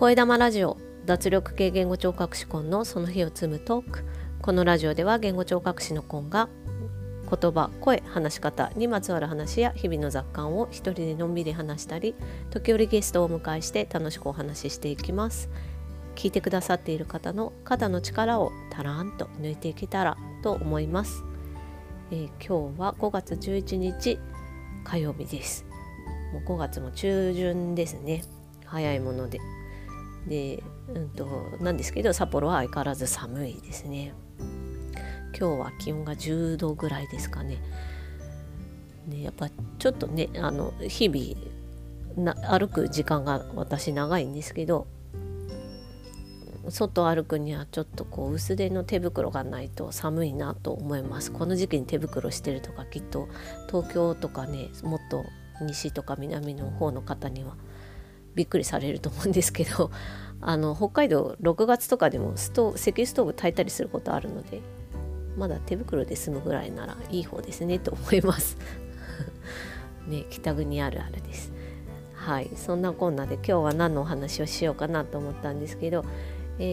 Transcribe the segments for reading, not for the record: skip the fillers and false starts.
声玉ラジオ、脱力系言語聴覚士コンのその日を積むトーク。このラジオでは言語聴覚士のコンが言葉、声、話し方にまつわる話や日々の雑感を一人でのんびり話したり、時折ゲストをお迎えして楽しくお話ししていきます。聞いてくださっている方の肩の力をたらんと抜いていけたらと思います。今日は5月11日火曜日です。もう5月も中旬ですね。早いもので。なんですけど、札幌は相変わらず寒いですね。今日は気温が10度ぐらいですかね。やっぱちょっとね、日々歩く時間が私長いんですけど、外歩くにはちょっと薄手の手袋がないと寒いなと思います。この時期に手袋してるとか、きっと東京とかね、もっと西とか南の方の方にはびっくりされると思うんですけど、北海道6月とかでも石油ストーブ焚いたりすることあるので、まだ手袋で済むぐらいならいい方ですねと思いますね、北国あるあるです。はい、そんなこんなで今日は何のお話をしようかなと思ったんですけど、昨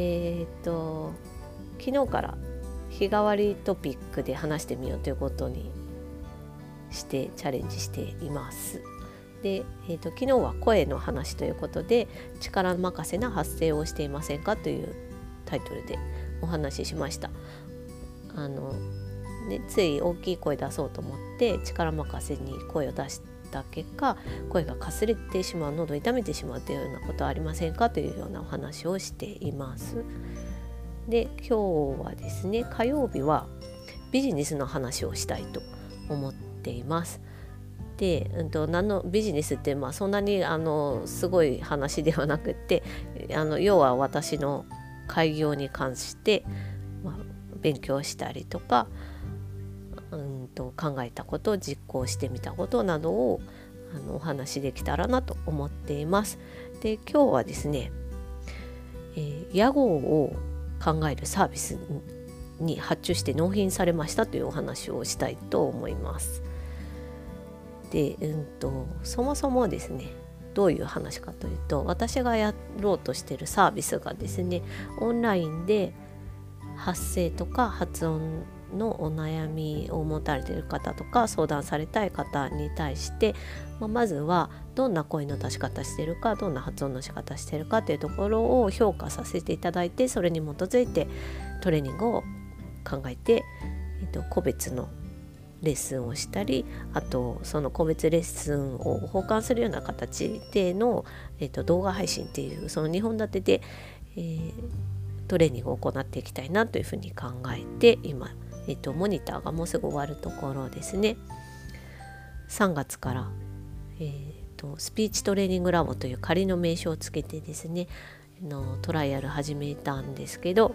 日から日替わりトピックで話してみようということにしてチャレンジしています。で、昨日は声の話ということで、力任せな発声をしていませんかというタイトルでお話ししました。つい大きい声出そうと思って力任せに声を出した結果、声がかすれてしまう、喉を痛めてしまうというようなことはありませんかというようなお話をしています。で、今日はですね、火曜日はビジネスの話をしたいと思っています。で、何のビジネスって、そんなにすごい話ではなくって、要は私の開業に関して、勉強したりとか、考えたこと、実行してみたことなどをお話しできたらなと思っています。で、今日はですね、屋号を考えるサービスに発注して納品されましたというお話をしたいと思います。で、そもそもですね、どういう話かというと、私がやろうとしているサービスがですね、オンラインで発声とか発音のお悩みを持たれている方とか、相談されたい方に対して、まずはどんな声の出し方しているか、どんな発音の仕方しているかというところを評価させていただいて、それに基づいてトレーニングを考えて、個別のレッスンをしたり、あとその個別レッスンを包含するような形での、動画配信っていう、その2本立てで、トレーニングを行っていきたいなというふうに考えて、今、モニターがもうすぐ終わるところですね。3月から、スピーチトレーニングラボという仮の名称をつけてですね、トライアル始めたんですけど、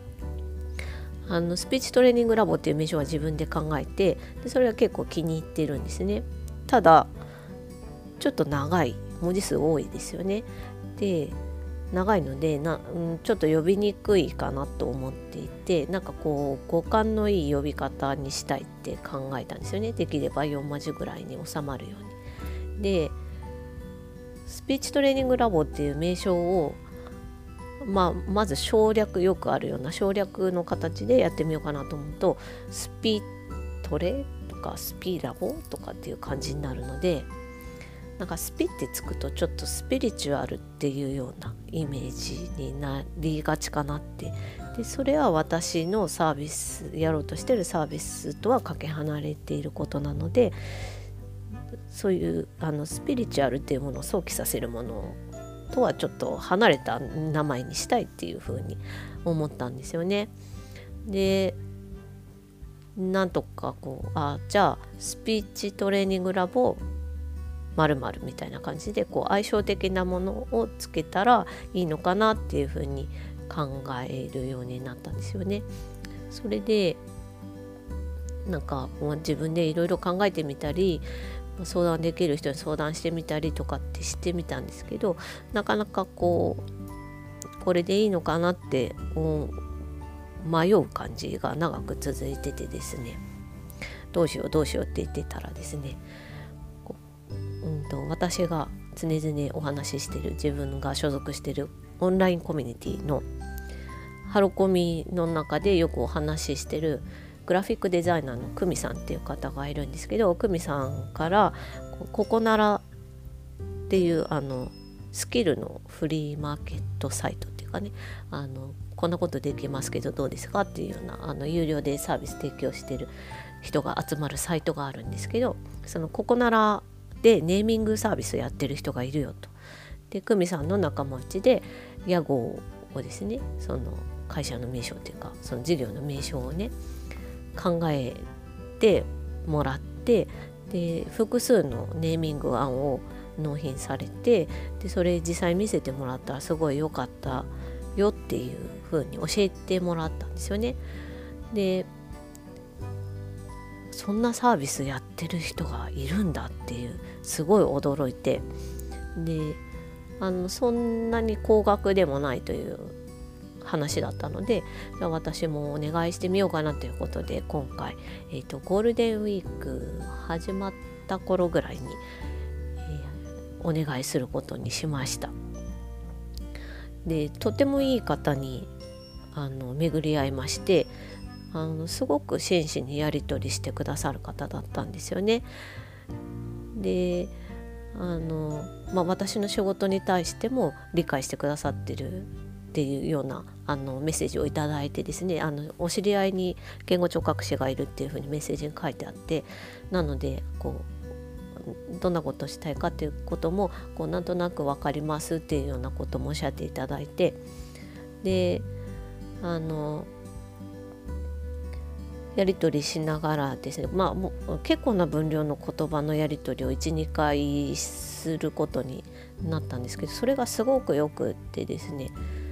スピーチトレーニングラボっていう名称は自分で考えて、でそれは結構気に入ってるんですね。ただちょっと長い、文字数多いですよね。で、長いのでちょっと呼びにくいかなと思っていて、語感のいい呼び方にしたいって考えたんですよね。できれば4文字ぐらいに収まるように。で、スピーチトレーニングラボっていう名称をまず省略、よくあるような省略の形でやってみようかなと思うと、スピトレとかスピラボとかっていう感じになるので、スピってつくとちょっとスピリチュアルっていうようなイメージになりがちかなって。で、それは私のサービス、やろうとしているサービスとはかけ離れていることなので、そういうスピリチュアルっていうものを想起させるものとはちょっと離れた名前にしたいっていうふうに思ったんですよね。で、なんとかじゃあスピーチトレーニングラボ〇〇みたいな感じで相性的なものをつけたらいいのかなっていうふうに考えるようになったんですよね。それで自分でいろいろ考えてみたり、相談できる人に相談してみたりとかってしてみたんですけど、なかなかこれでいいのかなって迷う感じが長く続いててですね、どうしようって言ってたらですね、 私が常々お話ししている自分が所属しているオンラインコミュニティのハロコミの中でよくお話ししているグラフィックデザイナーの久美さんっていう方がいるんですけど、久美さんからここならっていうスキルのフリーマーケットサイトっていうかね、こんなことできますけどどうですかっていうような有料でサービス提供している人が集まるサイトがあるんですけど、そのここならでネーミングサービスやってる人がいるよと。で久美さんの仲間内で屋号をですね、その会社の名称っていうかその事業の名称をね考えてもらって、で複数のネーミング案を納品されて、でそれ実際見せてもらったらすごい良かったよっていう風に教えてもらったんですよね。でそんなサービスやってる人がいるんだっていうすごい驚いて、でそんなに高額でもないという話だったので、じゃあ私もお願いしてみようかなということで今回、ゴールデンウィーク始まった頃ぐらいに、お願いすることにしました。でとてもいい方に巡り合いまして、すごく真摯にやり取りしてくださる方だったんですよね。で私の仕事に対しても理解してくださってるっていうようなメッセージをいただいてですね、お知り合いに言語聴覚士がいるっていうふうにメッセージに書いてあって、なのでどんなことをしたいかっていうこともなんとなく分かりますっていうようなこともおっしゃっていただいて、でやり取りしながらですね、もう結構な分量の言葉のやり取りを 1,2 回することになったんですけど、それがすごくよくってですね、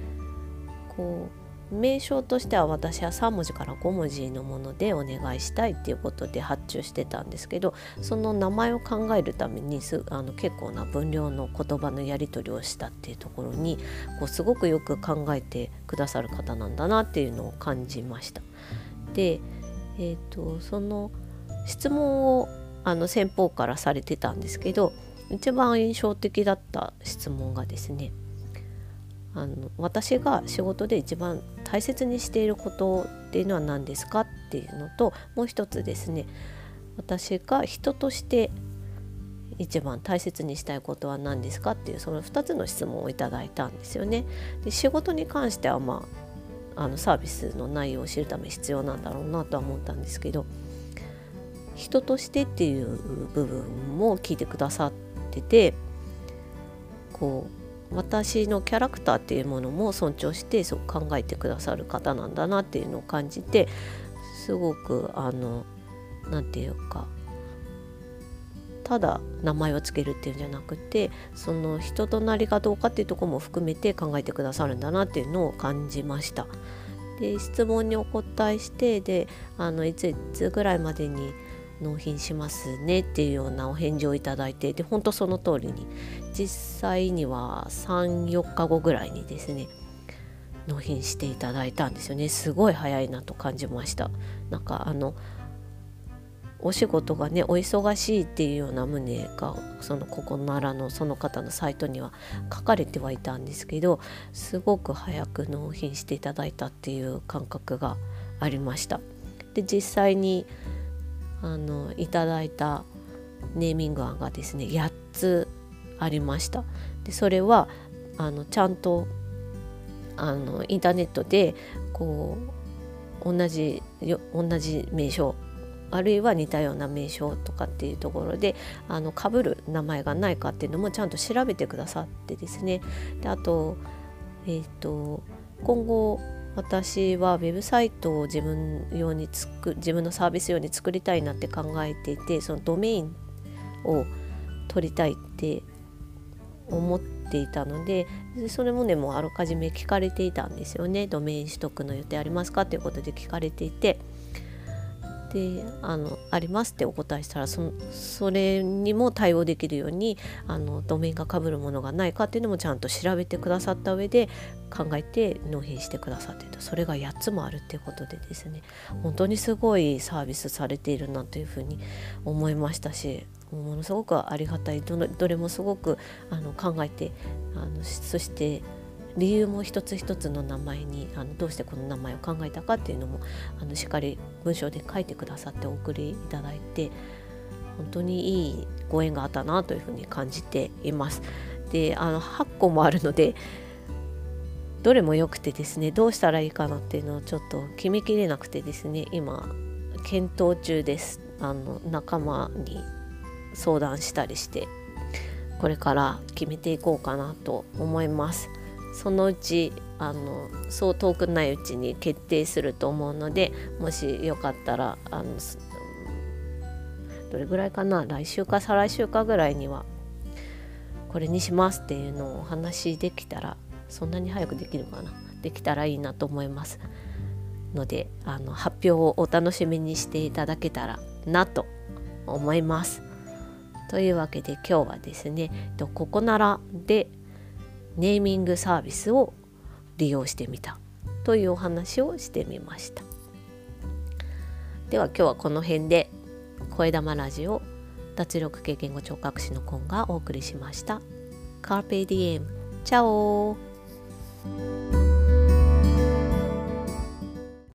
名称としては私は3文字から5文字のものでお願いしたいっていうことで発注してたんですけど、その名前を考えるために結構な分量の言葉のやり取りをしたっていうところにすごくよく考えてくださる方なんだなっていうのを感じました。でその質問を先方からされてたんですけど、一番印象的だった質問がですね、私が仕事で一番大切にしていることっていうのは何ですかっていうのと、もう一つですね、私が人として一番大切にしたいことは何ですかっていう、その2つの質問をいただいたんですよね。で仕事に関してはサービスの内容を知るため必要なんだろうなとは思ったんですけど、人としてっていう部分も聞いてくださってて、私のキャラクターっていうものも尊重してそう考えてくださる方なんだなっていうのを感じて、すごくなんていうか、ただ名前をつけるっていうんじゃなくて、その人となりがどうかっていうところも含めて考えてくださるんだなっていうのを感じました。で質問にお答えして、でいついつぐらいまでに納品しますねっていうようなお返事をいただいて、で本当その通りに実際には 3,4 日後ぐらいにですね納品していただいたんですよね。すごい早いなと感じました。なんかお仕事がねお忙しいっていうような旨がそのここならのその方のサイトには書かれてはいたんですけど、すごく早く納品していただいたっていう感覚がありました。で実際にいただいたネーミング案がですね8つありました。でそれはちゃんとインターネットで同じ名称あるいは似たような名称とかっていうところで被る名前がないかっていうのもちゃんと調べてくださってですね、であと今後私はウェブサイトを自分のサービス用に作りたいなって考えていて、そのドメインを取りたいって思っていたので、それもねもうあらかじめ聞かれていたんですよね。ドメイン取得の予定ありますかっていうことで聞かれていて、 でありますってお答えしたら、それにも対応できるようにドメインが被るものがないかっていうのもちゃんと調べてくださった上で考えて納品してくださっていると、それが8つもあるっていうことでですね、本当にすごいサービスされているなというふうに思いましたし、ものすごくありがたい、どれもすごく考えてそして理由も一つ一つの名前にどうしてこの名前を考えたかっていうのもしっかり文章で書いてくださってお送りいただいて、本当にいいご縁があったなというふうに感じています。で8個もあるのでどれも良くてですね、どうしたらいいかなっていうのをちょっと決めきれなくてですね、今検討中です。仲間に相談したりしてこれから決めていこうかなと思います。そのうちそう遠くないうちに決定すると思うので、もしよかったらどれぐらいかな、来週か再来週かぐらいにはこれにしますっていうのをお話できたら、そんなに早くできるかな、できたらいいなと思いますので、発表をお楽しみにしていただけたらなと思います。というわけで今日はですね、ココナラでネーミングサービスを利用してみたというお話をしてみました。では今日はこの辺で、声玉ラジオ脱力系言語聴覚士のコンがお送りしました。カーペディエム、チャオ。